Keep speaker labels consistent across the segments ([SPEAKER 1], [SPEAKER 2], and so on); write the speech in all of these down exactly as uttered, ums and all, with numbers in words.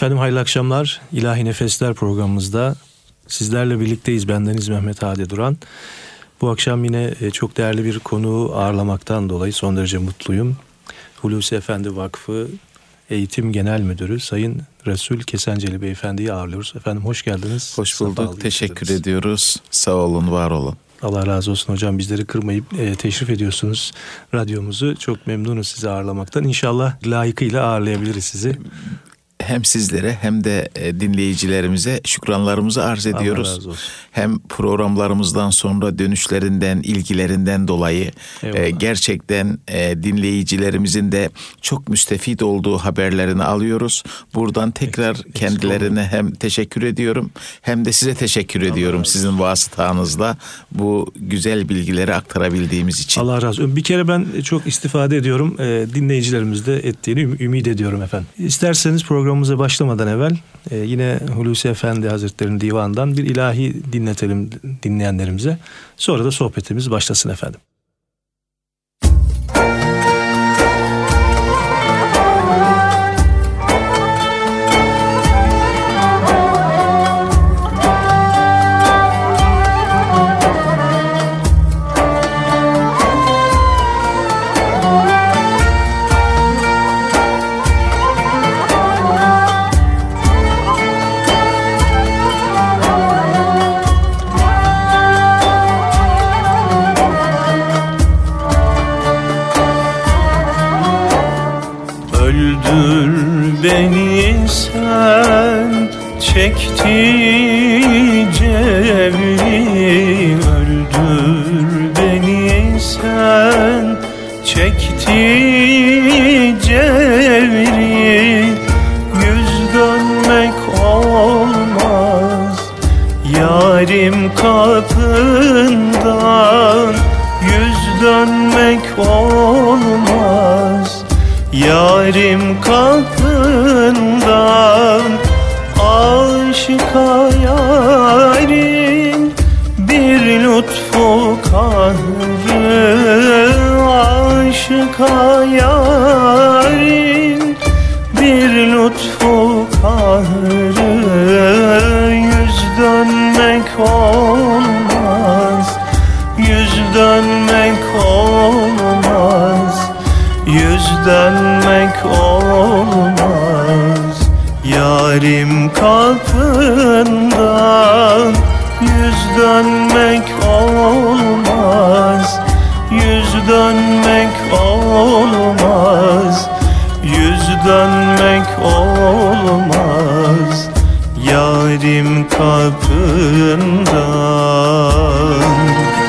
[SPEAKER 1] Efendim hayırlı akşamlar. İlahi Nefesler programımızda sizlerle birlikteyiz. Bendeniz Mehmet Hadi Duran. Bu akşam yine çok değerli bir konuğu ağırlamaktan dolayı son derece mutluyum. Hulusi Efendi Vakfı Eğitim Genel Müdürü Sayın Resul Kesenceli Beyefendi'yi ağırlıyoruz. Efendim hoş geldiniz.
[SPEAKER 2] Hoş bulduk. Teşekkür ediyoruz. Sağ olun, var olun.
[SPEAKER 1] Allah razı olsun hocam. Bizleri kırmayıp e, teşrif ediyorsunuz radyomuzu. Çok memnunuz sizi ağırlamaktan. İnşallah layıkıyla ağırlayabiliriz sizi.
[SPEAKER 2] Hem sizlere hem de dinleyicilerimize şükranlarımızı arz ediyoruz. Hem programlarımızdan sonra dönüşlerinden, ilgilerinden dolayı e, gerçekten e, dinleyicilerimizin de çok müstefit olduğu haberlerini alıyoruz. Buradan tekrar eksik, kendilerine eksik hem teşekkür ediyorum hem de size teşekkür Allah ediyorum razı sizin vasıtanızla bu güzel bilgileri aktarabildiğimiz için.
[SPEAKER 1] Allah razı olsun. Bir kere ben çok istifade ediyorum. E, dinleyicilerimiz de ettiğini ümit ediyorum efendim. İsterseniz program Programımıza başlamadan evvel e, yine Hulusi Efendi Hazretleri'nin divanından bir ilahi dinletelim dinleyenlerimize. Sonra da sohbetimiz başlasın efendim.
[SPEAKER 3] Beni sen çekti cevri, öldür beni sen çekti cevri. Yüz dönmek olmaz yarim kapından, yüz dönmek olmaz yarim kapından. Aşıka yarim bir lütfu kahrı, aşıka yarim bir lütfu kahrı. Yüz dönmek olmaz, yüz dönmek olmaz, yüz dönmek olmaz yarim kapından. Yüz dönmek olmaz, yüz dönmek olmaz, yüz dönmek olmaz yarim kapından.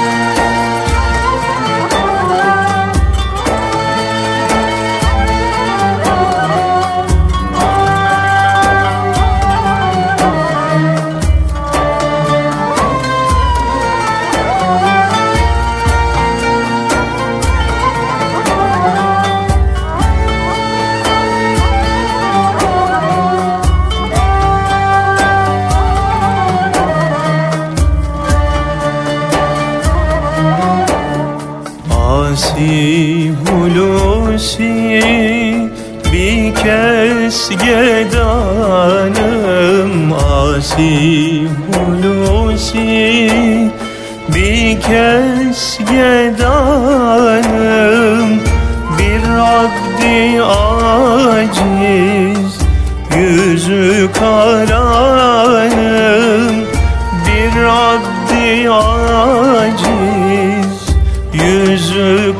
[SPEAKER 3] Asi Hulusi bir kez gedanım, asi Hulusi bir kez gedanım. Bir abdi aciz yüzü karanım, bir abdi aciz yüzü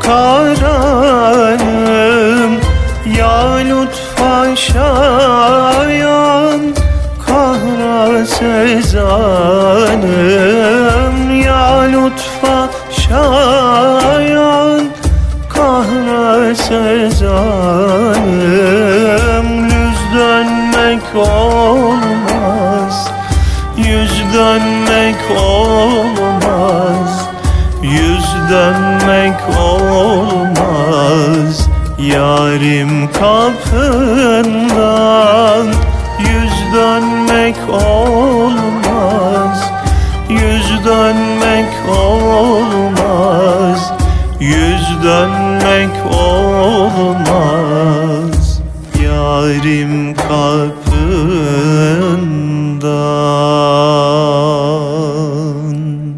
[SPEAKER 3] karanım. Ya lütfa şayan kahra sezanım, ya lütfa şayan kahra sezanım. Yüz dönmek olmaz, yüz dönmek olmaz, yüz dönmek olmaz yarim kapından. Yüz dönmek olmaz, yüz dönmek olmaz, yüz dönmek olmaz yarim kapından. tarafından.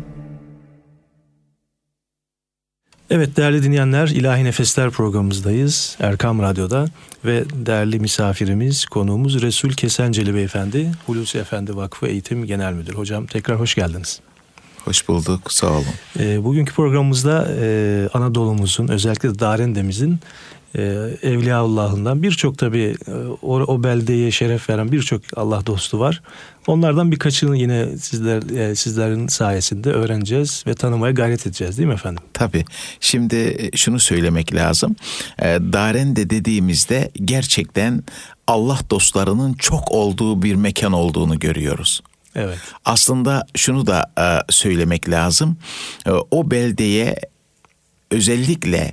[SPEAKER 1] Evet değerli dinleyenler, İlahi Nefesler programımızdayız Erkam Radyo'da ve değerli misafirimiz, konuğumuz Resul Kesenceli Beyefendi, Hulusi Efendi Vakfı Eğitim Genel Müdürü. Hocam tekrar hoş geldiniz.
[SPEAKER 2] Hoş bulduk, sağ olun.
[SPEAKER 1] E, bugünkü programımızda e, Anadolu'muzun, özellikle de Darendemizin e, Evliyaullah'ından birçok tabii e, o, o beldeye şeref veren birçok Allah dostu var. Onlardan birkaçını yine sizler e, sizlerin sayesinde öğreneceğiz ve tanımaya gayret edeceğiz, değil mi efendim?
[SPEAKER 2] Tabii. Şimdi şunu söylemek lazım. E, Darende dediğimizde gerçekten Allah dostlarının çok olduğu bir mekan olduğunu görüyoruz.
[SPEAKER 1] Evet.
[SPEAKER 2] Aslında şunu da e, söylemek lazım. E, o beldeye özellikle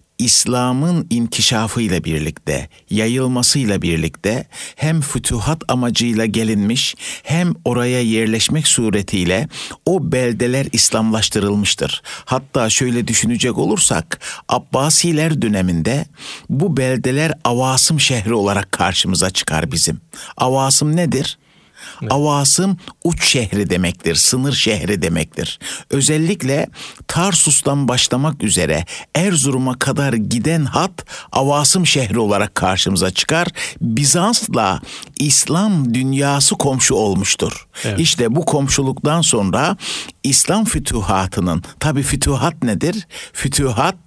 [SPEAKER 2] İslam'ın inkişafıyla birlikte, yayılmasıyla birlikte hem fütuhat amacıyla gelinmiş hem oraya yerleşmek suretiyle o beldeler İslamlaştırılmıştır. Hatta şöyle düşünecek olursak Abbasiler döneminde bu beldeler Avasım şehri olarak karşımıza çıkar bizim. Avasım nedir? Evet. Avasım uç şehri demektir, sınır şehri demektir. Özellikle Tarsus'tan başlamak üzere Erzurum'a kadar giden hat Avasım şehri olarak karşımıza çıkar. Bizans'la İslam dünyası komşu olmuştur. Evet. İşte bu komşuluktan sonra İslam fütuhatının, tabii fütuhat nedir? Fütuhat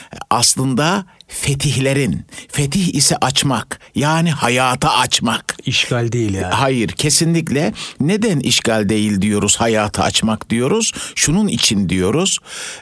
[SPEAKER 2] aslında fetihlerin, fetih ise açmak, yani hayata açmak.
[SPEAKER 1] İşgal değil yani.
[SPEAKER 2] Hayır, kesinlikle. Neden işgal değil diyoruz, hayata açmak diyoruz? Şunun için diyoruz.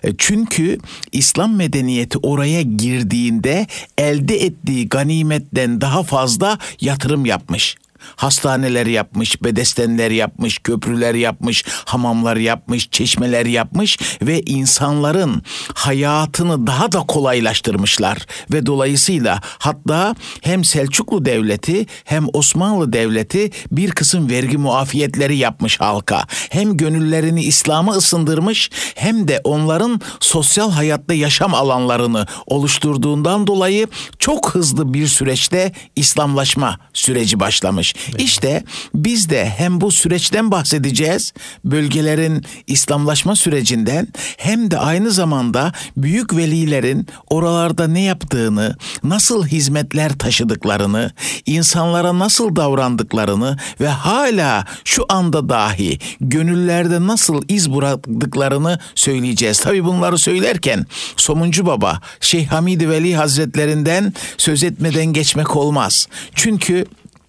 [SPEAKER 2] Çünkü İslam medeniyeti oraya girdiğinde elde ettiği ganimetten daha fazla yatırım yapmış. Hastaneler yapmış, bedestenler yapmış, köprüler yapmış, hamamlar yapmış, çeşmeler yapmış ve insanların hayatını daha da kolaylaştırmışlar. Ve dolayısıyla hatta hem Selçuklu Devleti hem Osmanlı Devleti bir kısım vergi muafiyetleri yapmış halka. Hem gönüllerini İslam'a ısındırmış hem de onların sosyal hayatta yaşam alanlarını oluşturduğundan dolayı çok hızlı bir süreçte İslamlaşma süreci başlamış. Evet. İşte biz de hem bu süreçten bahsedeceğiz, bölgelerin İslamlaşma sürecinden, hem de aynı zamanda büyük velilerin oralarda ne yaptığını, nasıl hizmetler taşıdıklarını, insanlara nasıl davrandıklarını ve hala şu anda dahi gönüllerde nasıl iz bıraktıklarını söyleyeceğiz. Tabii bunları söylerken Somuncu Baba, Şeyh Hamid-i Veli Hazretlerinden söz etmeden geçmek olmaz. Çünkü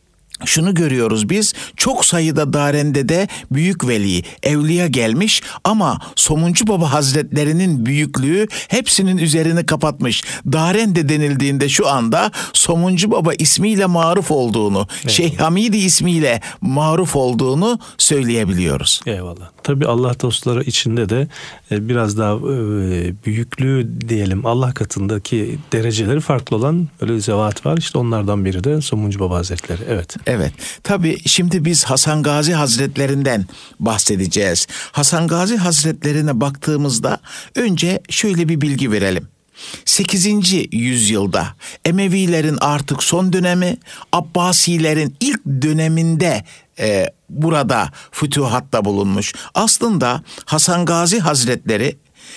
[SPEAKER 2] şunu görüyoruz biz, çok sayıda Darende'de büyük veli, evliya gelmiş ama Somuncu Baba Hazretlerinin büyüklüğü hepsinin üzerini kapatmış. Darende denildiğinde şu anda Somuncu Baba ismiyle maruf olduğunu, evet. Şeyh Hamidi ismiyle maruf olduğunu söyleyebiliyoruz.
[SPEAKER 1] Eyvallah. Tabii Allah dostları içinde de biraz daha büyüklüğü diyelim, Allah katındaki dereceleri farklı olan öyle zevat var. İşte onlardan biri de Somuncu Baba Hazretleri. Evet.
[SPEAKER 2] Evet. Tabii şimdi biz Hasan Gazi Hazretlerinden bahsedeceğiz. Hasan Gazi Hazretlerine baktığımızda önce şöyle bir bilgi verelim. sekizinci yüzyılda Emevilerin artık son dönemi, Abbasilerin ilk döneminde e, burada fütuhatta bulunmuş. Aslında Hasan Gazi Hazretleri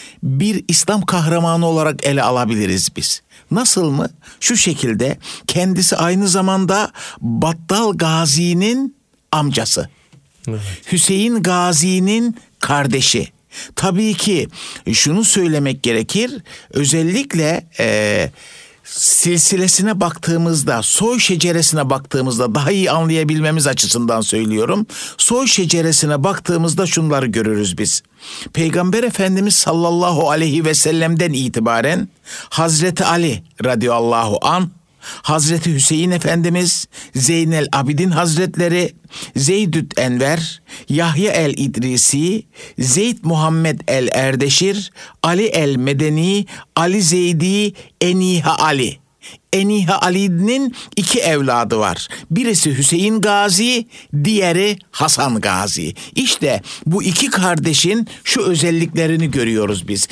[SPEAKER 2] bir İslam kahramanı olarak ele alabiliriz biz. Nasıl mı? Şu şekilde, kendisi aynı zamanda Battal Gazi'nin amcası. Evet. Hüseyin Gazi'nin kardeşi. Tabii ki şunu söylemek gerekir, özellikle e, silsilesine baktığımızda, soy şeceresine baktığımızda daha iyi anlayabilmemiz açısından söylüyorum. Soy şeceresine baktığımızda şunları görürüz biz. Peygamber Efendimiz sallallahu aleyhi ve sellem'den itibaren Hazreti Ali radıyallahu anh, Hazreti Hüseyin Efendimiz, Zeynel Abidin Hazretleri, Zeydü't Enver, Yahya el İdrisi, Zeyd Muhammed el Erdeşir, Ali el Medeni, Ali Zeydi, Eniha Ali. Eniha Ali'nin iki evladı var. Birisi Hüseyin Gazi, diğeri Hasan Gazi. İşte bu iki kardeşin şu özelliklerini görüyoruz biz.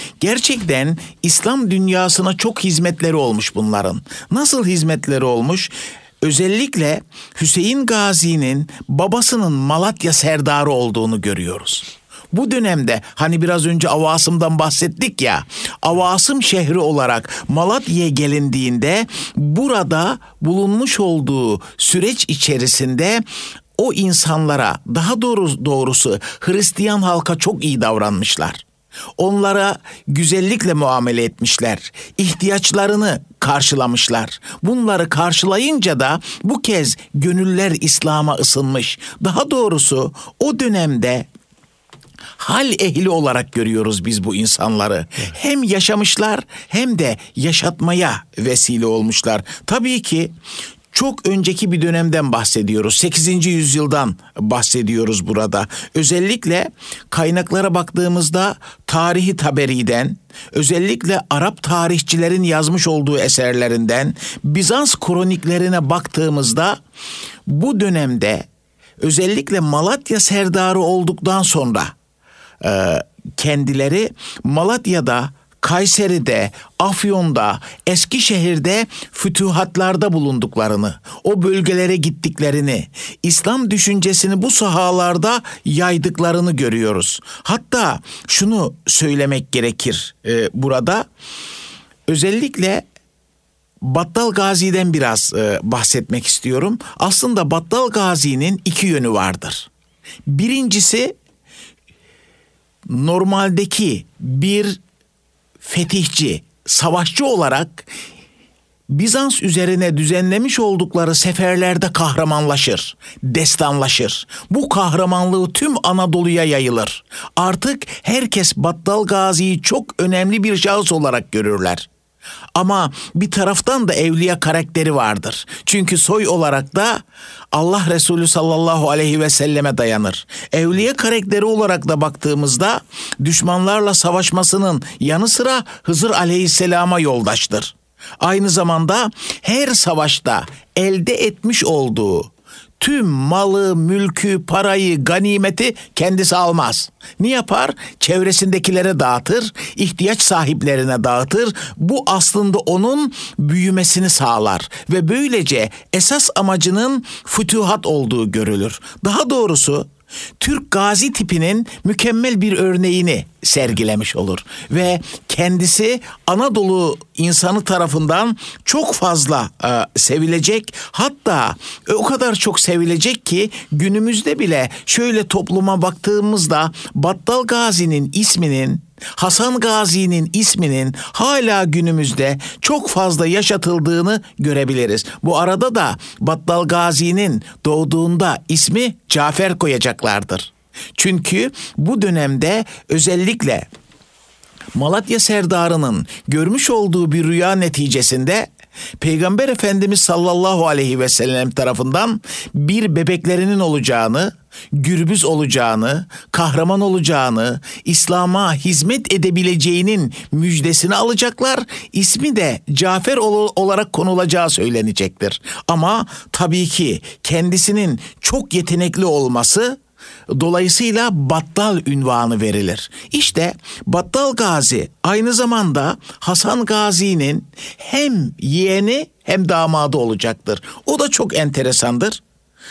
[SPEAKER 2] Gerçekten İslam dünyasına çok hizmetleri olmuş bunların. Nasıl hizmetleri olmuş? özellikle Hüseyin Gazi'nin babasının Malatya serdarı olduğunu görüyoruz. Bu dönemde hani biraz önce Avasım'dan bahsettik ya, Avasım şehri olarak Malatya'ya gelindiğinde burada bulunmuş olduğu süreç içerisinde o insanlara, daha doğrusu, doğrusu Hristiyan halka çok iyi davranmışlar. Onlara güzellikle muamele etmişler. İhtiyaçlarını karşılamışlar. Bunları karşılayınca da bu kez gönüller İslam'a ısınmış. Daha doğrusu o dönemde hal ehli olarak görüyoruz biz bu insanları. Evet. Hem yaşamışlar hem de yaşatmaya vesile olmuşlar. Tabii ki çok önceki bir dönemden bahsediyoruz. sekizinci yüzyıldan bahsediyoruz burada. Özellikle kaynaklara baktığımızda Tarihi Taberi'den, özellikle Arap tarihçilerin yazmış olduğu eserlerinden, Bizans kroniklerine baktığımızda bu dönemde özellikle Malatya serdarı olduktan sonra e, kendileri Malatya'da, Kayseri'de, Afyon'da, Eskişehir'de fütühatlarda bulunduklarını, o bölgelere gittiklerini, İslam düşüncesini bu sahalarda yaydıklarını görüyoruz. Hatta şunu söylemek gerekir e, burada, özellikle Battal Gazi'den biraz e, bahsetmek istiyorum. Aslında Battal Gazi'nin iki yönü vardır. Birincisi, normaldeki bir fetihçi, savaşçı olarak Bizans üzerine düzenlemiş oldukları seferlerde kahramanlaşır, destanlaşır. Bu kahramanlığı tüm Anadolu'ya yayılır. Artık herkes Battal Gazi'yi çok önemli bir şahıs olarak görürler. Ama bir taraftan da evliya karakteri vardır. Çünkü soy olarak da Allah Resulü sallallahu aleyhi ve selleme dayanır. Evliya karakteri olarak da baktığımızda düşmanlarla savaşmasının yanı sıra Hızır aleyhisselama yoldaştır. Aynı zamanda her savaşta elde etmiş olduğu tüm malı, mülkü, parayı, ganimeti kendisi almaz. Ne yapar? Çevresindekilere dağıtır, ihtiyaç sahiplerine dağıtır. Bu aslında onun büyümesini sağlar ve böylece esas amacının fütühat olduğu görülür. Daha doğrusu Türk gazi tipinin mükemmel bir örneğini sergilemiş olur ve kendisi Anadolu insanı tarafından çok fazla e, sevilecek, hatta o kadar çok sevilecek ki günümüzde bile şöyle topluma baktığımızda Battal Gazi'nin isminin, Hasan Gazi'nin isminin hala günümüzde çok fazla yaşatıldığını görebiliriz. Bu arada da Battal Gazi'nin doğduğunda ismi Cafer koyacaklardır. Çünkü bu dönemde özellikle Malatya serdarının görmüş olduğu bir rüya neticesinde Peygamber Efendimiz sallallahu aleyhi ve sellem tarafından bir bebeklerinin olacağını, gürbüz olacağını, kahraman olacağını, İslam'a hizmet edebileceğinin müjdesini alacaklar. İsmi de Cafer olarak konulacağı söylenecektir. Ama tabii ki kendisinin çok yetenekli olması dolayısıyla Battal ünvanı verilir. İşte Battal Gazi aynı zamanda Hasan Gazi'nin hem yeğeni hem damadı olacaktır. O da çok enteresandır.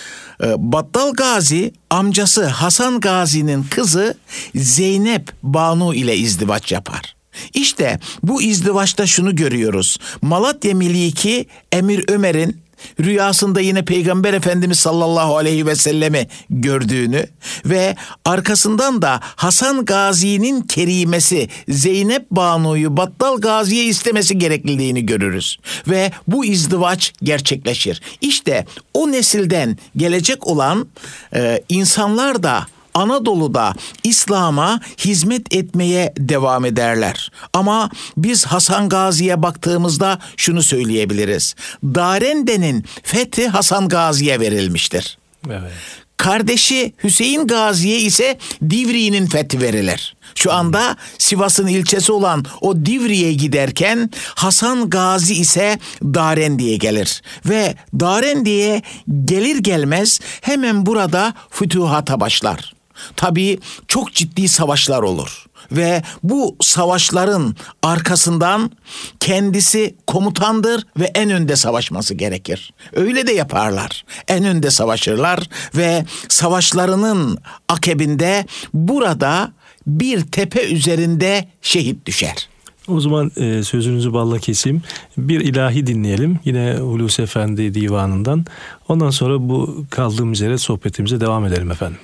[SPEAKER 2] Battal Gazi amcası Hasan Gazi'nin kızı Zeynep Banu ile izdivaç yapar. İşte bu izdivaçta şunu görüyoruz. Malatya Meliki Emir Ömer'in rüyasında yine Peygamber Efendimiz sallallahu aleyhi ve sellemi gördüğünü ve arkasından da Hasan Gazi'nin kerimesi Zeynep Banu'yu Battal Gazi'ye istemesi gerekliliğini görürüz. Ve bu izdivaç gerçekleşir. İşte o nesilden gelecek olan e, insanlar da Anadolu'da İslam'a hizmet etmeye devam ederler. Ama biz Hasan Gazi'ye baktığımızda şunu söyleyebiliriz. Darende'nin fethi Hasan Gazi'ye verilmiştir. Evet. Kardeşi Hüseyin Gazi'ye ise Divri'nin fethi verilir. Şu anda Sivas'ın ilçesi olan o Divri'ye giderken Hasan Gazi ise Darendi'ye gelir. Ve Darendi'ye gelir gelmez hemen burada fütühata başlar. Tabii çok ciddi savaşlar olur ve bu savaşların arkasından kendisi komutandır ve en önde savaşması gerekir. Öyle de yaparlar. En önde savaşırlar ve savaşlarının akabinde burada bir tepe üzerinde şehit düşer.
[SPEAKER 1] O zaman e, sözünüzü balla keseyim. Bir ilahi dinleyelim. Yine Hulusi Efendi divanından. Ondan sonra bu kaldığımız yere sohbetimize devam edelim efendim.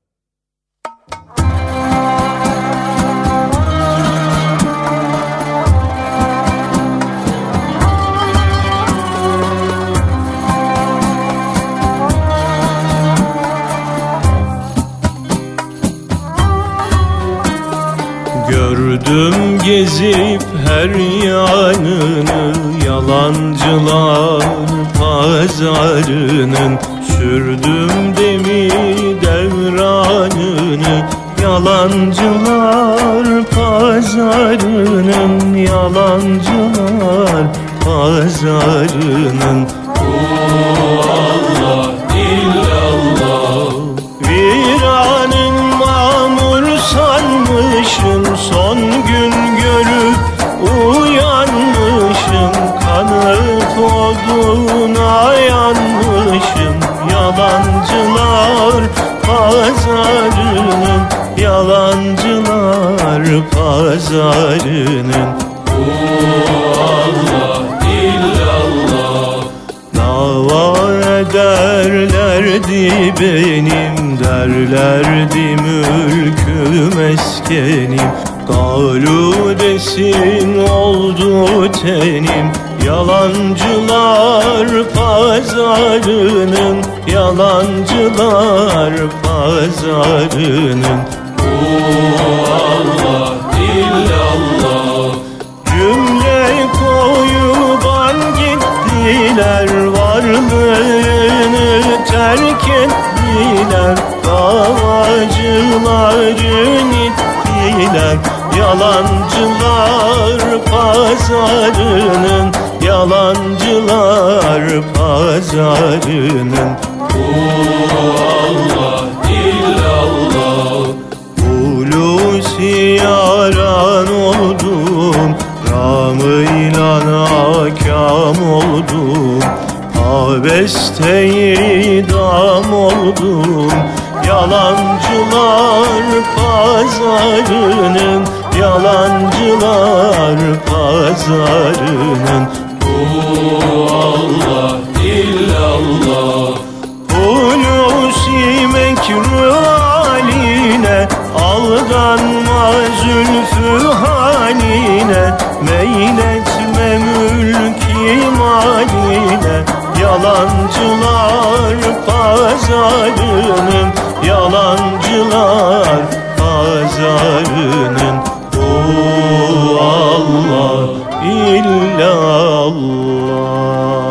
[SPEAKER 3] Gördüm gezip her yanını, yalancılar pazarının. Sürdüm demi devranını, yalancılar pazarının, yalancılar pazarının. Oh Allah, illallah. Viranın mamur sanmışım, son gün görüp uyanmışım. Kanıt oduna yanmışım, yalancılar pazarının, yalancılar pazarının. Oh Allah, illallah. Dava ederlerdi benim, derlerdi mülküm eskenim. Galu desin oldu tenim, yalancılar pazarının, yalancılar pazarının. Oh Allah, illallah. Cümle koyuban gittiler, varlığını terk ettiler. Davacıların ittiler, yalancılar pazarının, yalancılar pazarının. Oh Allah, illallah. Hulusi yaran oldum, ramıyla nakam oldum. Abeste-i idam oldum, yalancılar pazarının, yalancılar pazarının. Oh Allah, illallah. Hulusi mekru haline, aldanma zülfü haline, meyletme mülki maline, yalancılar pazarının, yalancılar pazarının. Oh Allah, illallah.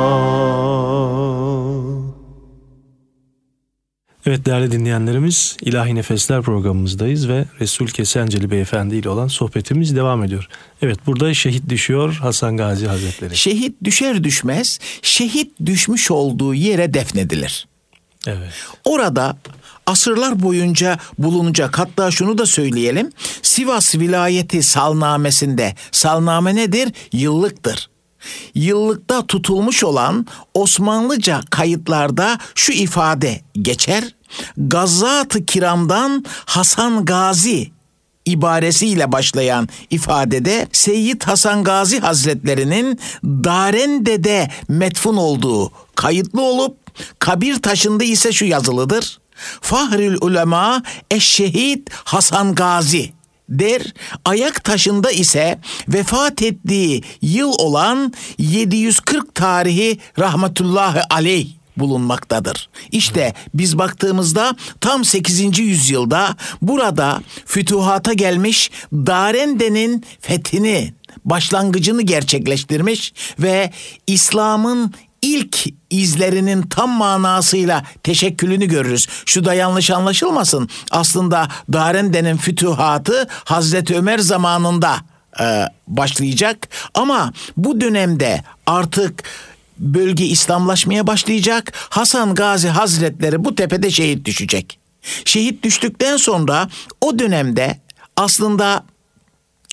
[SPEAKER 1] Evet değerli dinleyenlerimiz, İlahi Nefesler programımızdayız ve Resul Kesenceli Beyefendi ile olan sohbetimiz devam ediyor. Evet, burada şehit düşüyor Hasan Gazi Hazretleri.
[SPEAKER 2] Şehit düşer düşmez şehit düşmüş olduğu yere defnedilir.
[SPEAKER 1] Evet.
[SPEAKER 2] Orada asırlar boyunca bulunacak, hatta şunu da söyleyelim, Sivas vilayeti salnamesinde, salname nedir? Yıllıktır. Yıllıkta tutulmuş olan Osmanlıca kayıtlarda şu ifade geçer: Gazzat-ı Kiram'dan Hasan Gazi ibaresiyle başlayan ifadede Seyyid Hasan Gazi Hazretlerinin Darende'de metfun olduğu kayıtlı olup, kabir taşında ise şu yazılıdır: Fahrül Ulema Eşşehid Hasan Gazi der. Ayak taşında ise vefat ettiği yıl olan yedi yüz kırk tarihi rahmetullahi aleyh bulunmaktadır. İşte biz baktığımızda tam sekizinci yüzyılda burada fütuhata gelmiş, Darende'nin fethini, başlangıcını gerçekleştirmiş ve İslam'ın ilk izlerinin tam manasıyla teşekkülünü görürüz. Şu da yanlış anlaşılmasın. Aslında Darende'nin fütuhatı Hazreti Ömer zamanında e, başlayacak. Ama bu dönemde artık bölge İslamlaşmaya başlayacak. Hasan Gazi Hazretleri bu tepede şehit düşecek. Şehit düştükten sonra o dönemde aslında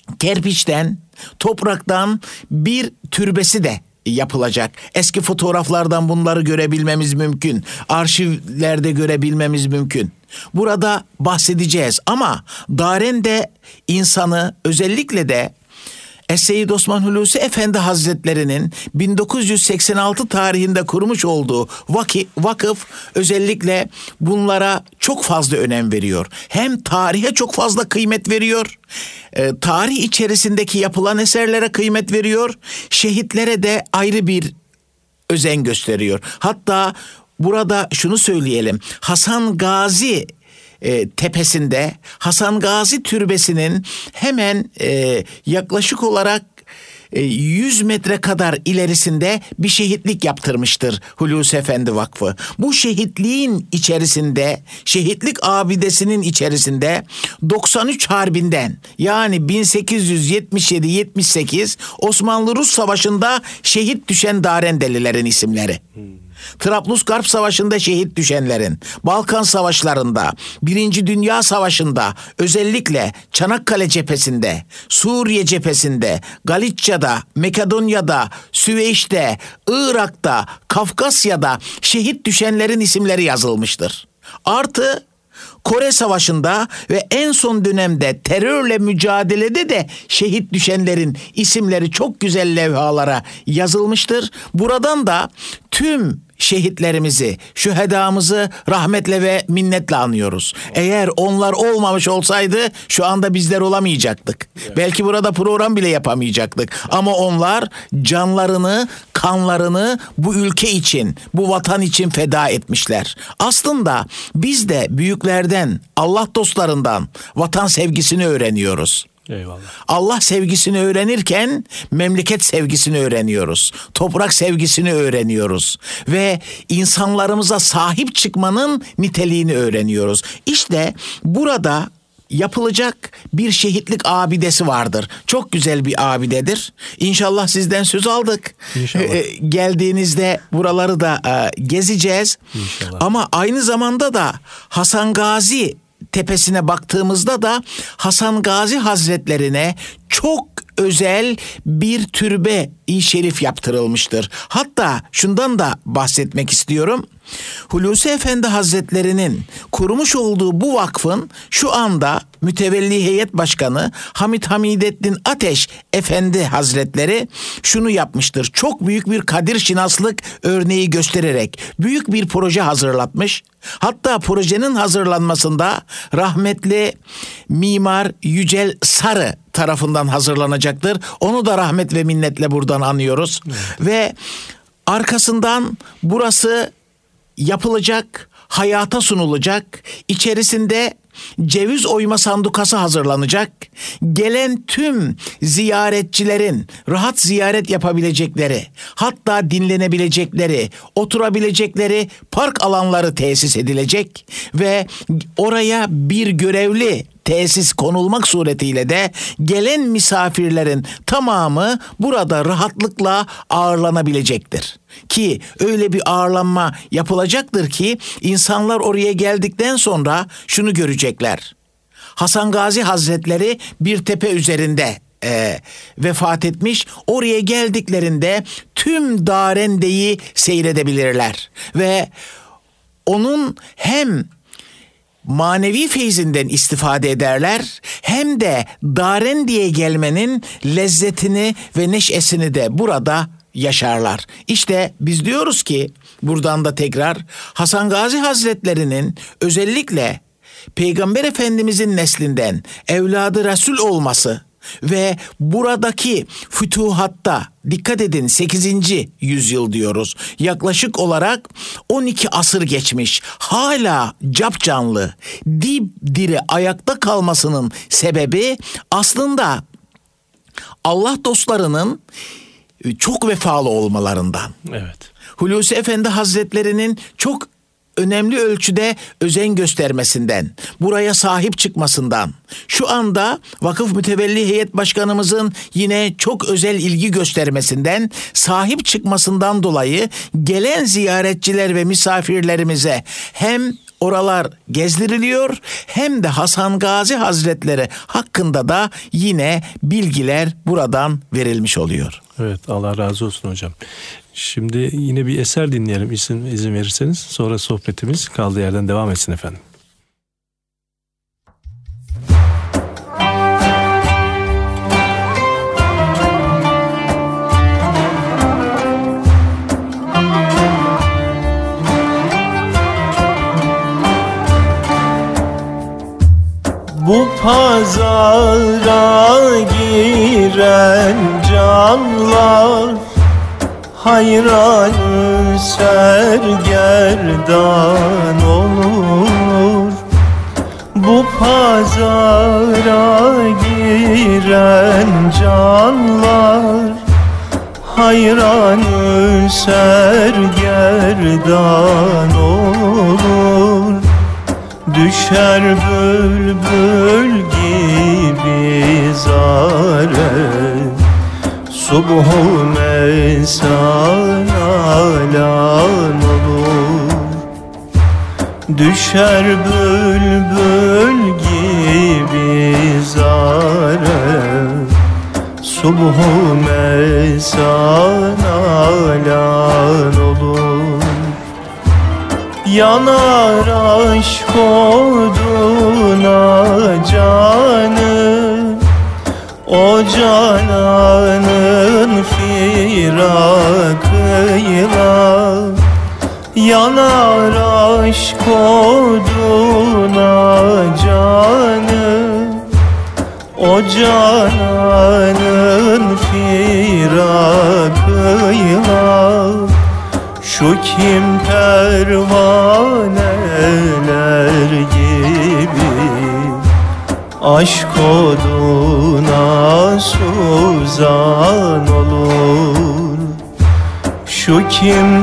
[SPEAKER 2] kerpiçten, topraktan bir türbesi de yapılacak. Eski fotoğraflardan bunları görebilmemiz mümkün. Arşivlerde görebilmemiz mümkün. Burada bahsedeceğiz ama Darende insanı, özellikle de Es-Seyyid Osman Hulusi Efendi Hazretleri'nin bin dokuz yüz seksen altı tarihinde kurmuş olduğu vaki, vakıf özellikle bunlara çok fazla önem veriyor. Hem tarihe çok fazla kıymet veriyor, e, tarih içerisindeki yapılan eserlere kıymet veriyor, şehitlere de ayrı bir özen gösteriyor. Hatta burada şunu söyleyelim, Hasan Gazi E, tepesinde, Hasan Gazi Türbesi'nin hemen e, yaklaşık olarak e, yüz metre kadar ilerisinde bir şehitlik yaptırmıştır Hulusi Efendi Vakfı. Bu şehitliğin içerisinde, şehitlik abidesinin içerisinde doksan üç Harbi'nden, yani bin sekiz yüz yetmiş yedi yetmiş sekiz Osmanlı-Rus Savaşı'nda şehit düşen Darendelilerin isimleri. Hmm. Trablusgarp Savaşı'nda şehit düşenlerin, Balkan Savaşları'nda, Birinci Dünya Savaşı'nda, özellikle Çanakkale cephesinde, Suriye cephesinde, Galicia'da, Makedonya'da, Süveyş'te, Irak'ta, Kafkasya'da şehit düşenlerin isimleri yazılmıştır. Artı Kore Savaşı'nda ve en son dönemde terörle mücadelede de şehit düşenlerin isimleri çok güzel levhalara yazılmıştır. Buradan da tüm şehitlerimizi, şühedamızı rahmetle ve minnetle anıyoruz. Eğer onlar olmamış olsaydı şu anda bizler olamayacaktık. Evet. Belki burada program bile yapamayacaktık. Ama onlar canlarını, kanlarını bu ülke için, bu vatan için feda etmişler. Aslında biz de büyüklerden, Allah dostlarından vatan sevgisini öğreniyoruz.
[SPEAKER 1] Eyvallah.
[SPEAKER 2] Allah sevgisini öğrenirken memleket sevgisini öğreniyoruz. Toprak sevgisini öğreniyoruz. Ve insanlarımıza sahip çıkmanın niteliğini öğreniyoruz. İşte burada yapılacak bir şehitlik abidesi vardır. Çok güzel bir abidedir. İnşallah sizden söz aldık.
[SPEAKER 1] İnşallah.
[SPEAKER 2] Ee, geldiğinizde buraları da e, gezeceğiz.
[SPEAKER 1] İnşallah.
[SPEAKER 2] Ama aynı zamanda da Hasan Gazi tepesine baktığımızda da Hasan Gazi Hazretlerine çok özel bir türbe-i şerif yaptırılmıştır. Hatta şundan da bahsetmek istiyorum. Hulusi Efendi Hazretlerinin kurmuş olduğu bu vakfın şu anda mütevelli heyet başkanı Hamit Hamidettin Ateş Efendi Hazretleri şunu yapmıştır. Çok büyük bir kadir şinaslık örneği göstererek büyük bir proje hazırlatmış. Hatta projenin hazırlanmasında rahmetli mimar Yücel Sarı tarafından hazırlanacaktır. Onu da rahmet ve minnetle buradan anıyoruz. Evet. Ve arkasından burası yapılacak, hayata sunulacak, içerisinde ceviz oyma sandukası hazırlanacak. Gelen tüm ziyaretçilerin rahat ziyaret yapabilecekleri, hatta dinlenebilecekleri, oturabilecekleri park alanları tesis edilecek ve oraya bir görevli tesis konulmak suretiyle de gelen misafirlerin tamamı burada rahatlıkla ağırlanabilecektir. Ki öyle bir ağırlanma yapılacaktır ki insanlar oraya geldikten sonra şunu görecekler. Hasan Gazi Hazretleri bir tepe üzerinde e, vefat etmiş. Oraya geldiklerinde tüm Darende'yi seyredebilirler. Ve onun hem manevi feyzinden istifade ederler, hem de Darende'ye gelmenin lezzetini ve neşesini de burada yaşarlar. İşte biz diyoruz ki buradan da tekrar Hasan Gazi Hazretlerinin özellikle Peygamber Efendimizin neslinden evladı Resul olması ve buradaki fütuhatta dikkat edin sekizinci yüzyıl diyoruz. Yaklaşık olarak on iki asır geçmiş. Hala capcanlı, dipdiri ayakta kalmasının sebebi aslında Allah dostlarının çok vefalı olmalarından.
[SPEAKER 1] Evet.
[SPEAKER 2] Hulusi Efendi Hazretlerinin çok önemli ölçüde özen göstermesinden, buraya sahip çıkmasından, şu anda Vakıf Mütevelli Heyet Başkanımızın yine çok özel ilgi göstermesinden, sahip çıkmasından dolayı gelen ziyaretçiler ve misafirlerimize hem oralar gezdiriliyor, hem de Hasan Gazi Hazretleri hakkında da yine bilgiler buradan verilmiş oluyor.
[SPEAKER 1] Evet, Allah razı olsun hocam. Şimdi yine bir eser dinleyelim izin, izin verirseniz. Sonra sohbetimiz kaldığı yerden devam etsin efendim.
[SPEAKER 3] Bu pazara giren canlar hayran sergerdan olur. Bu pazara giren canlar hayran sergerdan olur. Düşer bülbül gibi zare, subh-u mesan alan olur. Düşer bülbül gibi zare, subh-u mesan alan olur. Yanar aşk oduna canı, o cananın firakıyla. Yanar aşk oduna canı, o cananın firakıyla. Şu kim pervaneler gibi aşk oduna suzan olur. Şu kim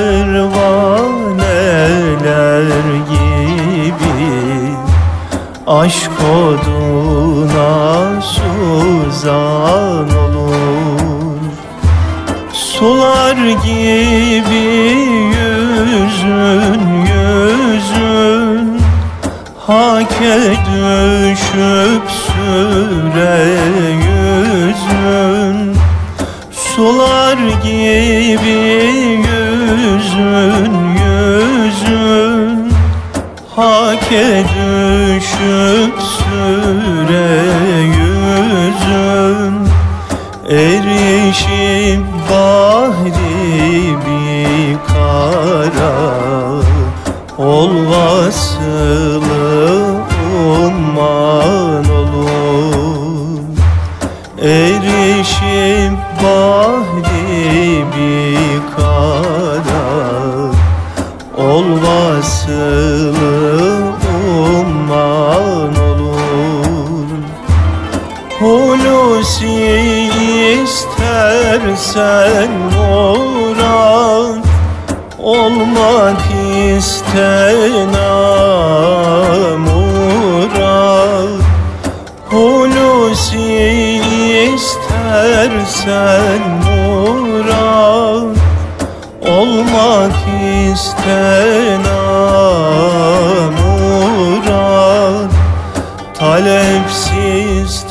[SPEAKER 3] pervaneler gibi aşk oduna suzan olur. Sular gibi yüzün yüzün, hake düşüp süre yüzün. Sular gibi yüzün yüzün, hake düşüp süre yüzün. Erişip bahri bikara, ol vasılı umman olur. Erişip bahri bikara, ol vasılı umman olur. Hulusi istersen murat, olmak iste namurat. Hulusi istersen murat, olmak iste namurat. Talepsiz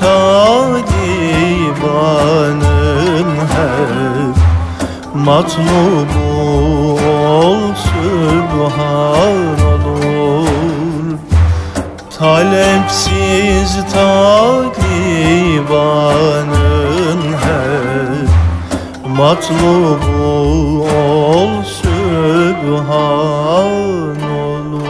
[SPEAKER 3] talibanın hep matlubu ol sübhan olur. Talepsiz talibanın hep matlubu ol sübhan olur.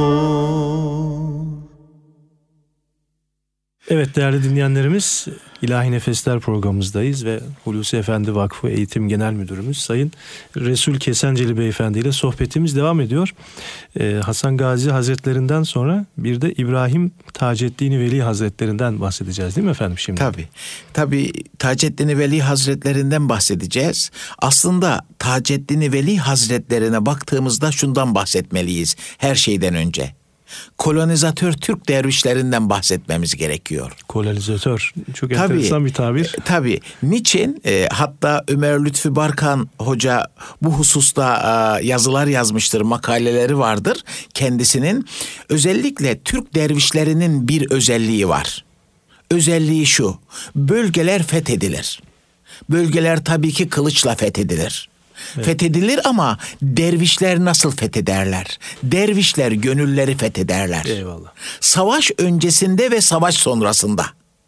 [SPEAKER 1] Evet değerli dinleyenlerimiz, İlahi Nefesler programımızdayız ve Hulusi Efendi Vakfı Eğitim Genel Müdürümüz Sayın Resul Kesenceli Beyefendi ile sohbetimiz devam ediyor. Ee, Hasan Gazi Hazretlerinden sonra bir de İbrahim Taceddin Veli Hazretlerinden bahsedeceğiz değil mi efendim şimdi?
[SPEAKER 2] Tabii. Tabii Taceddin Veli Hazretlerinden bahsedeceğiz. Aslında Taceddin Veli Hazretlerine baktığımızda şundan bahsetmeliyiz her şeyden önce. kolonizatör Türk dervişlerinden bahsetmemiz gerekiyor.
[SPEAKER 1] Kolonizatör çok tabii, enteresan bir tabir.
[SPEAKER 2] E, tabii. Niçin? E, hatta Ömer Lütfü Barkan Hoca bu hususta e, yazılar yazmıştır, makaleleri vardır kendisinin. Özellikle Türk dervişlerinin bir özelliği var. Özelliği şu: bölgeler fethedilir. Bölgeler tabii ki kılıçla fethedilir. Evet. Fethedilir ama dervişler nasıl fethederler? Dervişler gönülleri fethederler.
[SPEAKER 1] Eyvallah.
[SPEAKER 2] Savaş öncesinde ve savaş sonrasında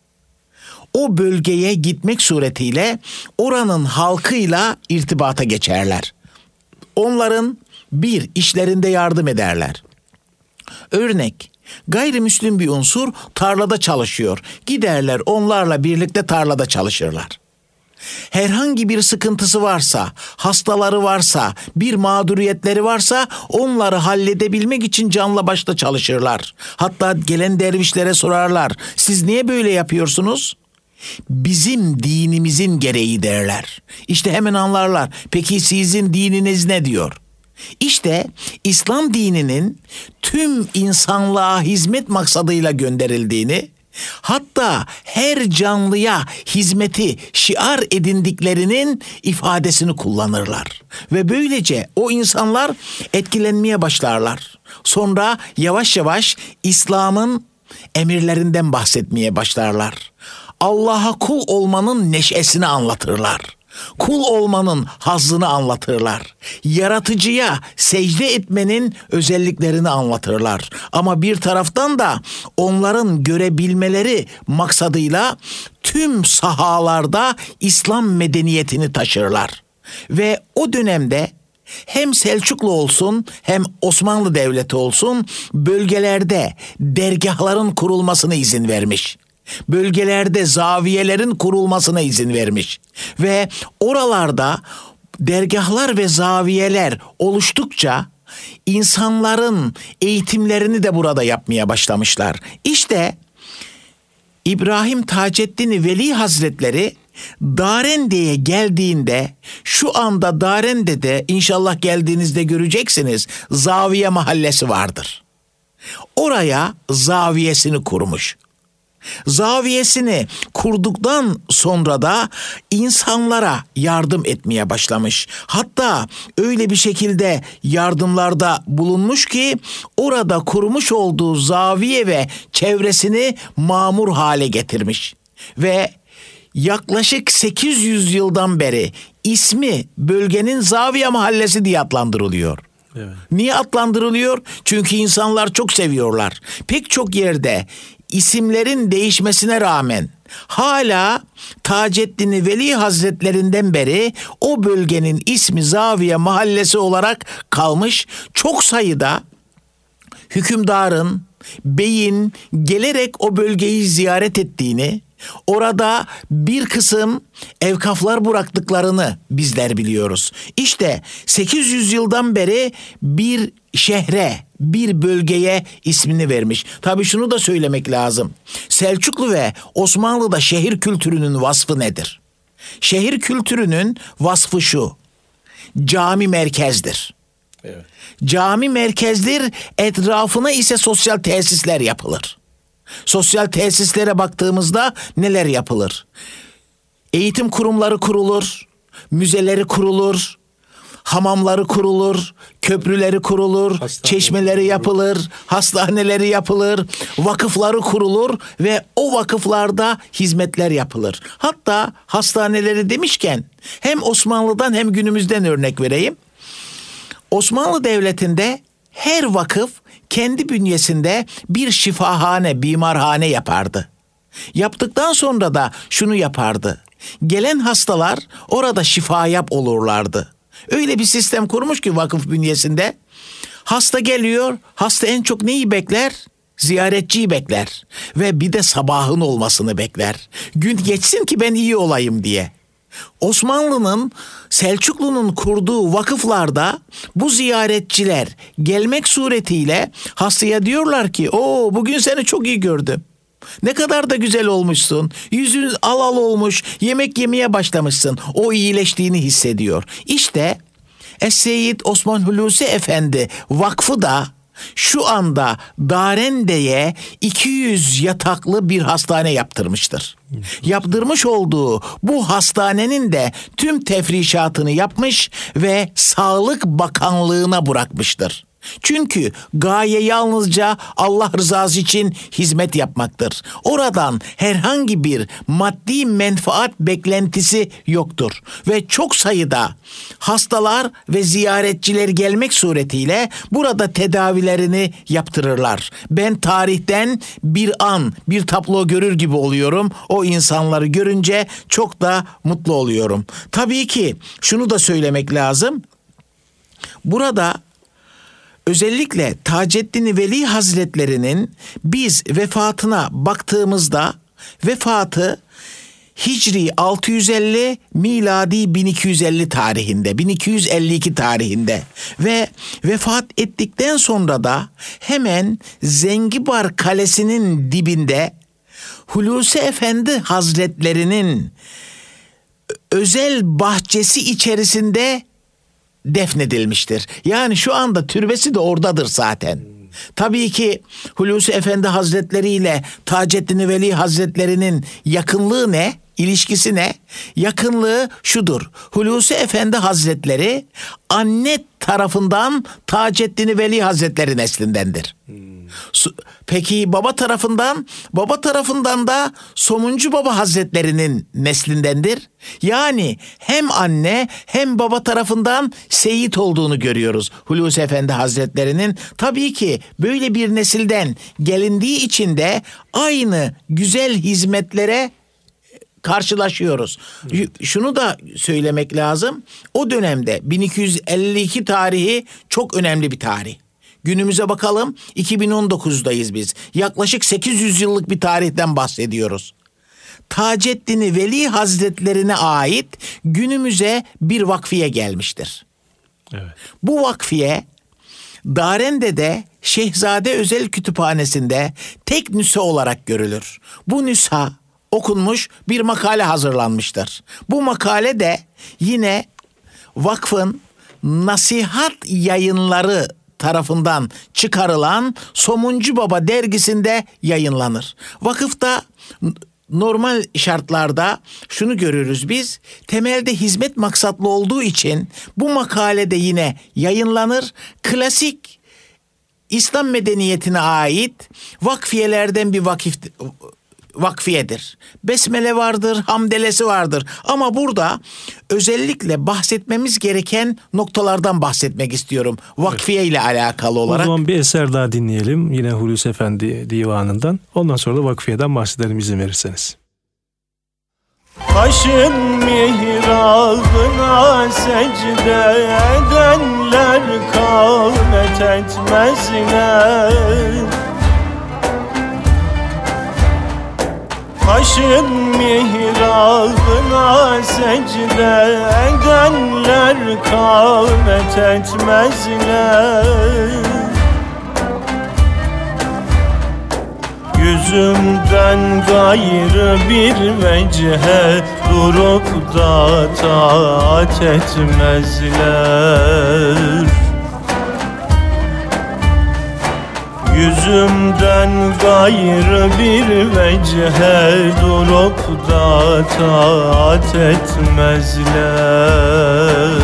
[SPEAKER 2] o bölgeye gitmek suretiyle oranın halkıyla irtibata geçerler. Onların bir, işlerinde yardım ederler. Örnek, gayrimüslim bir unsur tarlada çalışıyor. Giderler, onlarla birlikte tarlada çalışırlar. Herhangi bir sıkıntısı varsa, hastaları varsa, bir mağduriyetleri varsa onları halledebilmek için canla başla çalışırlar. Hatta gelen dervişlere sorarlar: siz niye böyle yapıyorsunuz? Bizim dinimizin gereği derler. İşte hemen anlarlar. Peki sizin dininiz ne diyor? İşte İslam dininin tüm insanlığa hizmet maksadıyla gönderildiğini, hatta her canlıya hizmeti şiar edindiklerinin ifadesini kullanırlar. Ve böylece o insanlar etkilenmeye başlarlar. Sonra yavaş yavaş İslam'ın emirlerinden bahsetmeye başlarlar. Allah'a kul olmanın neşesini anlatırlar. Kul olmanın hazzını anlatırlar. Yaratıcıya secde etmenin özelliklerini anlatırlar. Ama bir taraftan da onların görebilmeleri maksadıyla tüm sahalarda İslam medeniyetini taşırlar. Ve o dönemde hem Selçuklu olsun hem Osmanlı Devleti olsun bölgelerde dergahların kurulmasına izin vermiş. Bölgelerde zaviyelerin kurulmasına izin vermiş. Ve oralarda dergahlar ve zaviyeler oluştukça insanların eğitimlerini de burada yapmaya başlamışlar. İşte İbrahim Taceddin Veli Hazretleri Darende'ye geldiğinde, şu anda Darende'de inşallah geldiğinizde göreceksiniz, Zaviye Mahallesi vardır. Oraya zaviyesini kurmuş. Zaviyesini kurduktan sonra da insanlara yardım etmeye başlamış. Hatta öyle bir şekilde yardımlarda bulunmuş ki orada kurmuş olduğu zaviye ve çevresini mamur hale getirmiş. Ve yaklaşık sekiz yüz yıldan beri ismi bölgenin Zaviye Mahallesi diye adlandırılıyor. Evet. Niye adlandırılıyor? Çünkü insanlar çok seviyorlar. Pek çok yerde isimlerin değişmesine rağmen hala Taceddin Veli Hazretlerinden beri o bölgenin ismi Zaviye Mahallesi olarak kalmış. Çok sayıda hükümdarın, beyin gelerek o bölgeyi ziyaret ettiğini, orada bir kısım evkaflar bıraktıklarını bizler biliyoruz. İşte sekiz yüz yıldan beri bir şehre, bir bölgeye ismini vermiş. Tabii şunu da söylemek lazım. Selçuklu ve Osmanlı'da şehir kültürünün vasfı nedir? Şehir kültürünün vasfı şu: cami merkezdir. Evet. Cami merkezdir, etrafına ise sosyal tesisler yapılır. Sosyal tesislere baktığımızda neler yapılır? Eğitim kurumları kurulur, müzeleri kurulur, hamamları kurulur, köprüleri kurulur, Hastane çeşmeleri yapılır, hastaneleri yapılır, vakıfları kurulur ve o vakıflarda hizmetler yapılır. Hatta hastaneleri demişken hem Osmanlı'dan hem günümüzden örnek vereyim. Osmanlı Devleti'nde her vakıf kendi bünyesinde bir şifahane, bimarhane yapardı. Yaptıktan sonra da şunu yapardı: gelen hastalar orada şifa yap olurlardı. Öyle bir sistem kurmuş ki vakıf bünyesinde. Hasta geliyor, hasta en çok neyi bekler? Ziyaretçiyi bekler. Ve bir de sabahın olmasını bekler. Gün geçsin ki ben iyi olayım diye. Osmanlı'nın, Selçuklu'nun kurduğu vakıflarda bu ziyaretçiler gelmek suretiyle hastaya diyorlar ki, "Oo, bugün seni çok iyi gördüm. Ne kadar da güzel olmuşsun. Yüzün al al olmuş. Yemek yemeye başlamışsın." O iyileştiğini hissediyor. İşte Es-Seyyid Osman Hulusi Efendi Vakfı da şu anda Darende'ye iki yüz yataklı bir hastane yaptırmıştır. Yaptırmış olduğu bu hastanenin de tüm tefrişatını yapmış ve Sağlık Bakanlığı'na bırakmıştır. Çünkü gaye yalnızca Allah rızası için hizmet yapmaktır. Oradan herhangi bir maddi menfaat beklentisi yoktur. Ve çok sayıda hastalar ve ziyaretçiler gelmek suretiyle burada tedavilerini yaptırırlar. Ben tarihten bir an, bir tablo görür gibi oluyorum. O insanları görünce çok da mutlu oluyorum. Tabii ki şunu da söylemek lazım. Burada özellikle Taceddin Veli Hazretlerinin biz vefatına baktığımızda vefatı Hicri altı yüz elli, miladi bin iki yüz elli tarihinde, bin iki yüz elli iki tarihinde ve vefat ettikten sonra da hemen Zengibar Kalesi'nin dibinde Hulusi Efendi Hazretlerinin özel bahçesi içerisinde defnedilmiştir. Yani şu anda türbesi de oradadır zaten. Tabii ki Hulusi Efendi Hazretleri ile Taceddin Veli Hazretleri'nin yakınlığı ne? İlişkisi ne? Yakınlığı şudur. Hulusi Efendi Hazretleri anne tarafından Taceddin Veli Hazretleri neslindendir. Hmm. Peki baba tarafından? Baba tarafından da Somuncu Baba Hazretleri'nin neslindendir. Yani hem anne hem baba tarafından seyit olduğunu görüyoruz Hulusi Efendi Hazretleri'nin. Tabii ki böyle bir nesilden gelindiği için de aynı güzel hizmetlere karşılaşıyoruz. Şunu da söylemek lazım. O dönemde bin iki yüz elli iki tarihi çok önemli bir tarih. Günümüze bakalım, iki bin on dokuzdayız biz. Yaklaşık sekiz yüz yıllık bir tarihten bahsediyoruz. Taceddin Veli Hazretlerine ait günümüze bir vakfiye gelmiştir. Evet. Bu vakfiye Darende'de Şehzade Özel Kütüphanesi'nde tek nüsha olarak görülür. Bu nüsha okunmuş bir makale hazırlanmıştır. Bu makale de yine vakfın Nasihat Yayınları tarafından çıkarılan Somuncu Baba dergisinde yayınlanır. Vakıfta normal şartlarda şunu görürüz biz, temelde hizmet maksatlı olduğu için bu makalede yine yayınlanır. Klasik İslam medeniyetine ait vakfiyelerden bir vakif vakfiyedir. Besmele vardır, hamdelesi vardır. Ama burada özellikle bahsetmemiz gereken noktalardan bahsetmek istiyorum. Vakfiye ile alakalı olarak.
[SPEAKER 1] O zaman bir eser daha dinleyelim. Yine Hulusi Efendi divanından. Ondan sonra da vakfiyeden bahsedelim izin verirseniz.
[SPEAKER 3] Taşın mihrabına secde edenler kâmet etmezler. Taşın mihrabına secde edenler kâmet etmezler. Yüzümden gayrı bir vecihe durup da taat etmezler. Yüzümden gayrı bir vecihe durup da taat etmezler.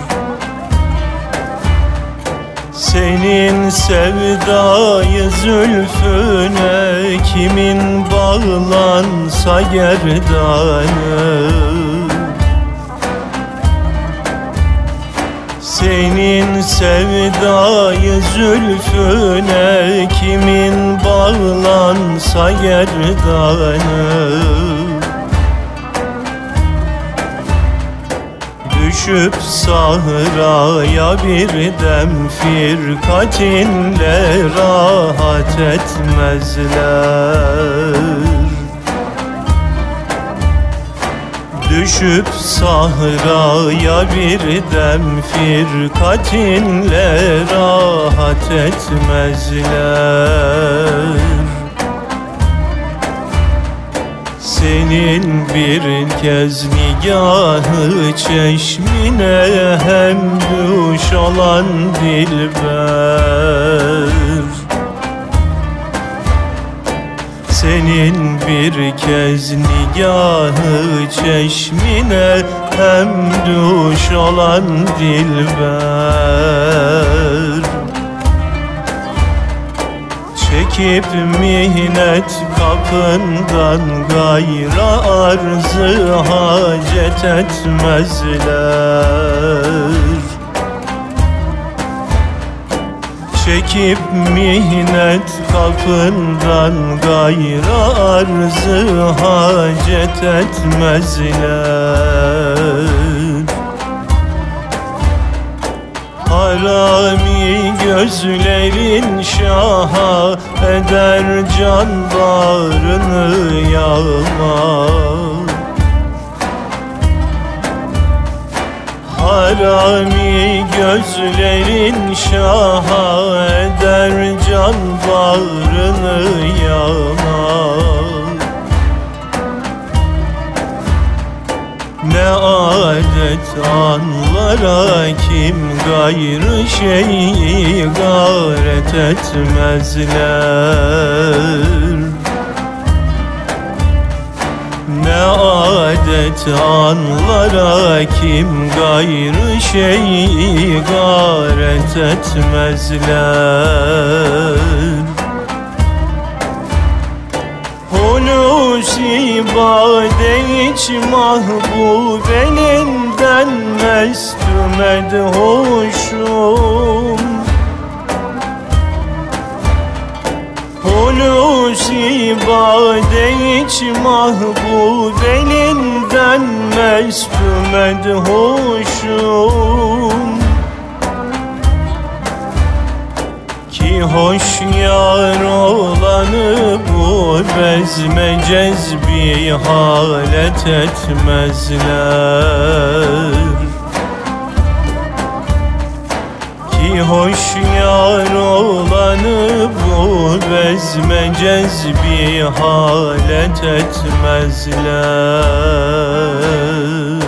[SPEAKER 3] Senin sevdayı zülfüne kimin bağlansa gerdanı, senin sevdayı zülfüne kimin bağlansa gerdanı, düşüp sahraya bir dem firkatinle rahat etmezler. Düşüp sahraya bir dem firkatinle rahat etmezler. Senin bir kez nigahı çeşmine hem duş olan dilber. Senin bir kez nigahı çeşmine hem duş olan dilber. Çekip mihnet kapından gayra arzı hacet etmezler. Çekip mihnet kapından gayra arzı hacet etmezler. Harami gözlerin şaha eder can bağrını yağma. Harami gözlerin şaha eder can bağrını yağma. Ne adet anlara kim gayrı şeyi garet etmezler. Ne adet anlara kim gayrı şeyi garet etmezler. Hulusi bade iç mahbubelinden mestüm edhoşum. Hulusi bade iç mahbubelinden mestüm edhoşum. Ki hoş yar olanı bu bezme cezbi halet etmezler. Ki hoş yar olanı bu bezme cezbi halet etmezler.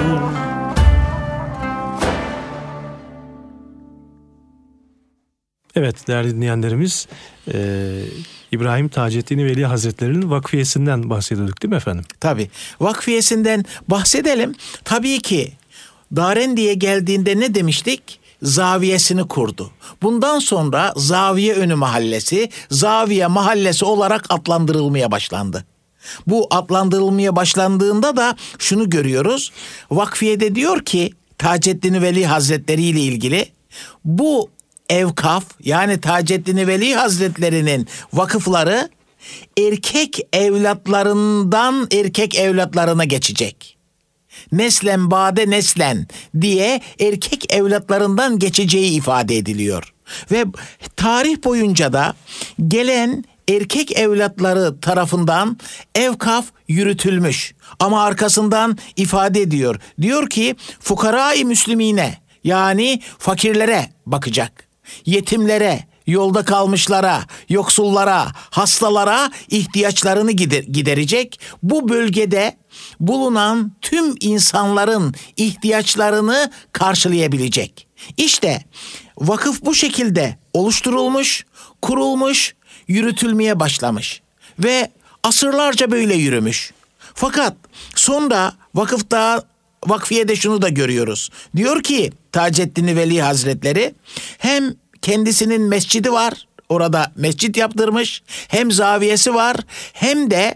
[SPEAKER 1] Evet değerli dinleyenlerimiz, e, İbrahim Taceddin Veli Hazretleri'nin vakfiyesinden bahsediyorduk değil mi efendim?
[SPEAKER 2] Tabii vakfiyesinden bahsedelim. Tabii ki Darendi'ye geldiğinde ne demiştik? Zaviyesini kurdu. Bundan sonra Zaviye Önü Mahallesi, Zaviye Mahallesi olarak adlandırılmaya başlandı. Bu adlandırılmaya başlandığında da şunu görüyoruz. Vakfiyede diyor ki Taceddin Veli Hazretleri ile ilgili bu evkaf yani Taceddin Veli Hazretleri'nin vakıfları erkek evlatlarından erkek evlatlarına geçecek. Neslen bade neslen diye erkek evlatlarından geçeceği ifade ediliyor. Ve tarih boyunca da gelen erkek evlatları tarafından evkaf yürütülmüş. Ama arkasından ifade ediyor. Diyor ki fukara-i müslimine yani fakirlere bakacak. Yetimlere, yolda kalmışlara, yoksullara, hastalara ihtiyaçlarını gider- giderecek. Bu bölgede bulunan tüm insanların ihtiyaçlarını karşılayabilecek. İşte vakıf bu şekilde oluşturulmuş, kurulmuş, yürütülmeye başlamış ve asırlarca böyle yürümüş. Fakat sonra vakıfta, vakfiyede şunu da görüyoruz. Diyor ki Taceddin Veli Hazretleri hem kendisinin mescidi var, orada mescit yaptırmış, hem zaviyesi var, hem de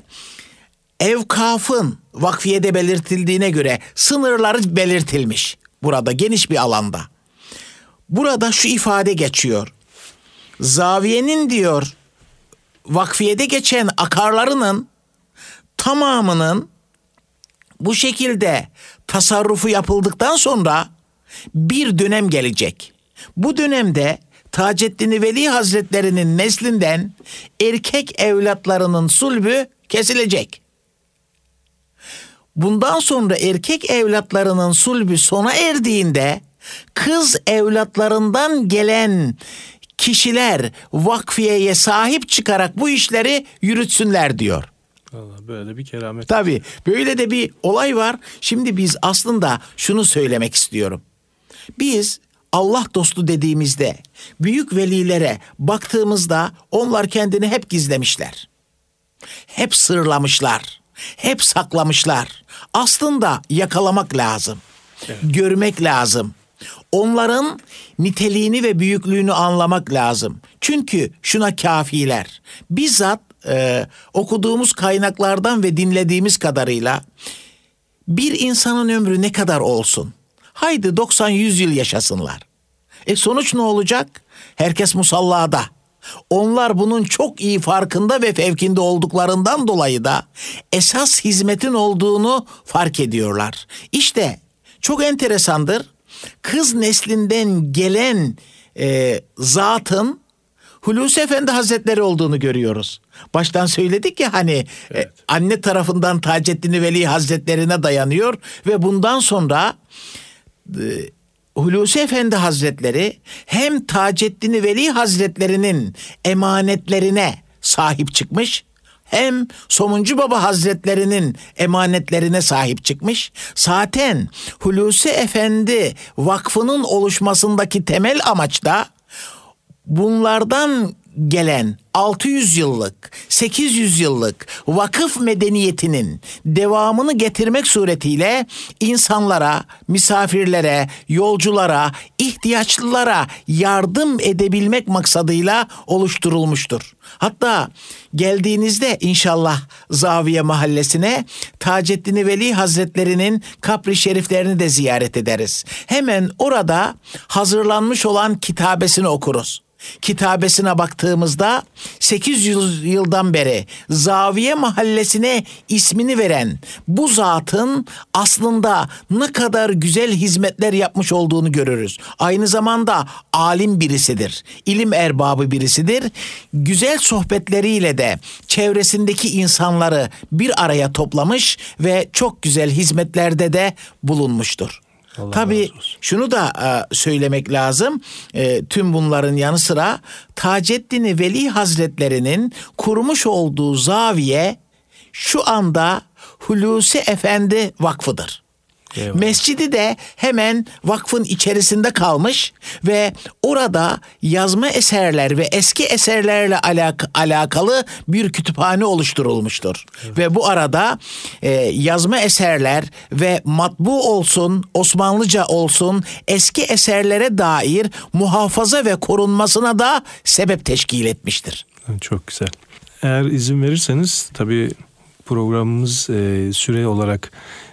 [SPEAKER 2] evkafın vakfiyede belirtildiğine göre sınırları belirtilmiş. Burada geniş bir alanda. Burada şu ifade geçiyor. Zaviyenin diyor vakfiyede geçen akarlarının tamamının bu şekilde tasarrufu yapıldıktan sonra bir dönem gelecek. Bu dönemde Taceddin Veli Hazretleri'nin neslinden erkek evlatlarının sulbü kesilecek. Bundan sonra erkek evlatlarının sulbü sona erdiğinde kız evlatlarından gelen kişiler vakfiyeye sahip çıkarak bu işleri yürütsünler diyor.
[SPEAKER 1] Allah, böyle bir keramet.
[SPEAKER 2] Tabii böyle de bir olay var. Şimdi biz aslında şunu söylemek istiyorum. Biz Allah dostu dediğimizde büyük velilere baktığımızda onlar kendini hep gizlemişler. Hep sırlamışlar. Hep saklamışlar. Aslında yakalamak lazım. Evet. Görmek lazım. Onların niteliğini ve büyüklüğünü anlamak lazım. Çünkü şuna kafiler. Bizzat e, okuduğumuz kaynaklardan ve dinlediğimiz kadarıyla bir insanın ömrü ne kadar olsun? Haydi doksan yüz yıl yaşasınlar. E sonuç ne olacak? Herkes musallada. Onlar bunun çok iyi farkında ve fevkinde olduklarından dolayı da esas hizmetin olduğunu fark ediyorlar. İşte çok enteresandır. Kız neslinden gelen e, zatın Hulusi Efendi Hazretleri olduğunu görüyoruz. Baştan söyledik ya hani evet. e, anne tarafından Taceddin Veli Hazretlerine dayanıyor ve bundan sonra e, Hulusi Efendi Hazretleri hem Taceddin Veli Hazretlerinin emanetlerine sahip çıkmış, hem Somuncu Baba Hazretlerinin emanetlerine sahip çıkmış. Zaten Hulusi Efendi Vakfı'nın oluşmasındaki temel amaç da bunlardan gelen altı yüz yıllık, sekiz yüz yıllık vakıf medeniyetinin devamını getirmek suretiyle insanlara, misafirlere, yolculara, ihtiyaçlılara yardım edebilmek maksadıyla oluşturulmuştur. Hatta geldiğinizde inşallah Zaviye Mahallesi'ne Taceddin Veli Hazretleri'nin kabri şeriflerini de ziyaret ederiz. Hemen orada hazırlanmış olan kitabesini okuruz. Kitabesine baktığımızda sekiz yüz yıldan beri Zaviye Mahallesi'ne ismini veren bu zatın aslında ne kadar güzel hizmetler yapmış olduğunu görürüz. Aynı zamanda alim birisidir, ilim erbabı birisidir. Güzel sohbetleriyle de çevresindeki insanları bir araya toplamış ve çok güzel hizmetlerde de bulunmuştur. Allah Tabii şunu da e, söylemek lazım. E, tüm bunların yanı sıra Taceddin Veli Hazretlerinin kurmuş olduğu zaviye şu anda Hulusi Efendi Vakfı'dır. Eyvallah. Mescidi de hemen vakfın içerisinde kalmış ve orada yazma eserler ve eski eserlerle alak- alakalı bir kütüphane oluşturulmuştur. Evet. Ve bu arada e, yazma eserler ve matbu olsun, Osmanlıca olsun, eski eserlere dair muhafaza ve korunmasına da sebep teşkil etmiştir.
[SPEAKER 1] Çok güzel. Eğer izin verirseniz tabii programımız e, süre olarak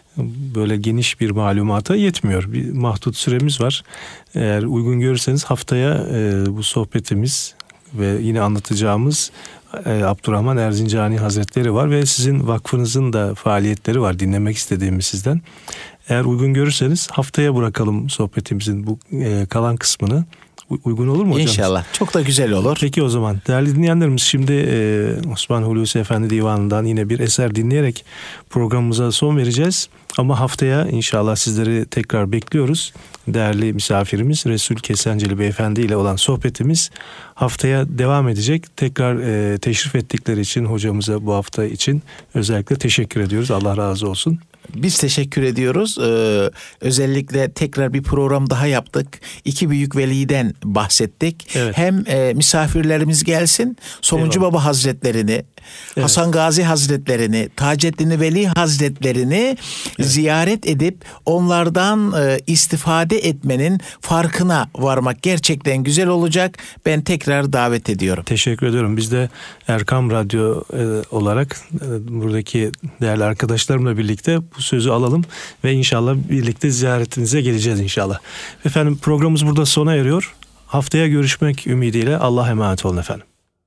[SPEAKER 1] böyle geniş bir malumata yetmiyor. Bir mahdut süremiz var. Eğer uygun görürseniz haftaya e, bu sohbetimiz ve yine anlatacağımız e, Abdurrahman Erzincani Hazretleri var ve sizin vakfınızın da faaliyetleri var dinlemek istediğimiz sizden. Eğer uygun görürseniz haftaya bırakalım sohbetimizin bu e, kalan kısmını. Uygun olur mu hocam?
[SPEAKER 2] İnşallah. Çok da güzel olur.
[SPEAKER 1] Peki o zaman değerli dinleyenlerimiz şimdi e, Osman Hulusi Efendi Divanı'ndan yine bir eser dinleyerek programımıza son vereceğiz. Ama haftaya inşallah sizleri tekrar bekliyoruz. Değerli misafirimiz Resul Kesenceli Beyefendi ile olan sohbetimiz haftaya devam edecek. Tekrar e, teşrif ettikleri için hocamıza bu hafta için özellikle teşekkür ediyoruz. Allah razı olsun.
[SPEAKER 2] Biz teşekkür ediyoruz. Ee, özellikle tekrar bir program daha yaptık. İki büyük veliden bahsettik. Evet. Hem e, misafirlerimiz gelsin, Somuncu Eyvallah. Baba Hazretlerini, evet. Hasan Gazi Hazretlerini, Taceddin Veli Hazretlerini evet. ziyaret edip onlardan e, istifade etmenin farkına varmak gerçekten güzel olacak. Ben tekrar davet ediyorum.
[SPEAKER 1] Teşekkür ediyorum. Biz de Erkam Radyo e, olarak e, buradaki değerli arkadaşlarımla birlikte bu sözü alalım ve inşallah birlikte ziyaretinize geleceğiz inşallah. Efendim programımız burada sona eriyor. Haftaya görüşmek ümidiyle Allah'a emanet olun efendim.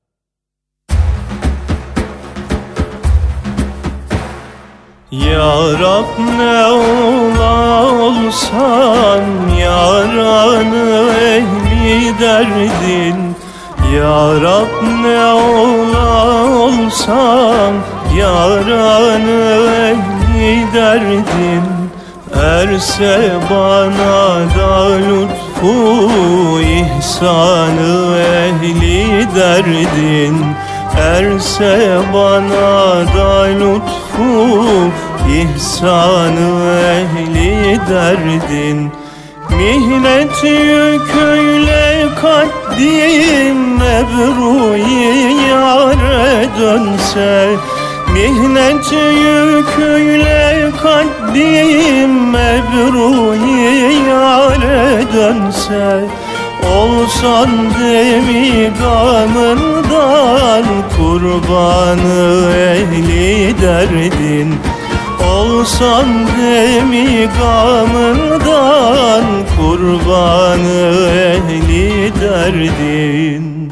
[SPEAKER 3] Ya Rab ne ola olsam yaranı ehli derdin. Ya Rab ne ola olsam yaranı ehli derdin. Erse bana da lütfu ihsanı ehli derdin. erse bana da lütfu, ihsanı ehli derdin. Mihnet yüküyle kaddim mebruyi yâre dönse, mihnet yüküyle kaddim mebruyi yâre dönse, olsan demi gamından kurbanı ehli derdin. Olsan demi gamından kurbanı ehli derdin.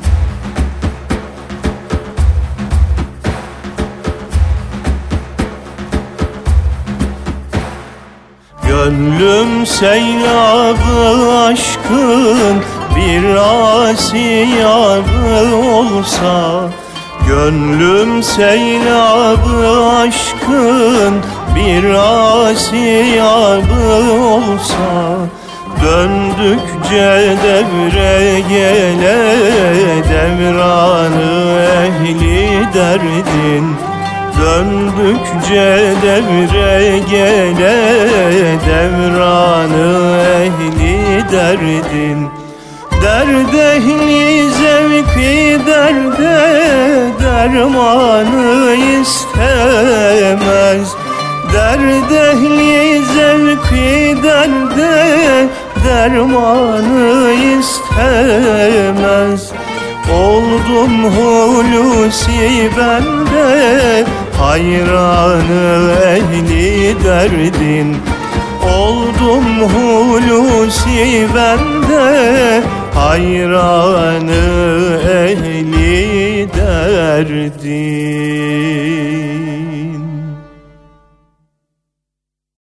[SPEAKER 3] Gönlüm seylabı aşkın bir asiyabı olsa, gönlüm seylabı aşkın bir asiyabı olsa, döndükçe devre gele devranı ehli derdin. Döndükçe devre gele devranı ehli derdin. Derd ehli zevki derde dermanı istemez. Derd ehli zevki derde dermanı istemez. Oldum hulusi bende hayranı ehli derdin. Oldum hulusi bende hayranı ehli derdin.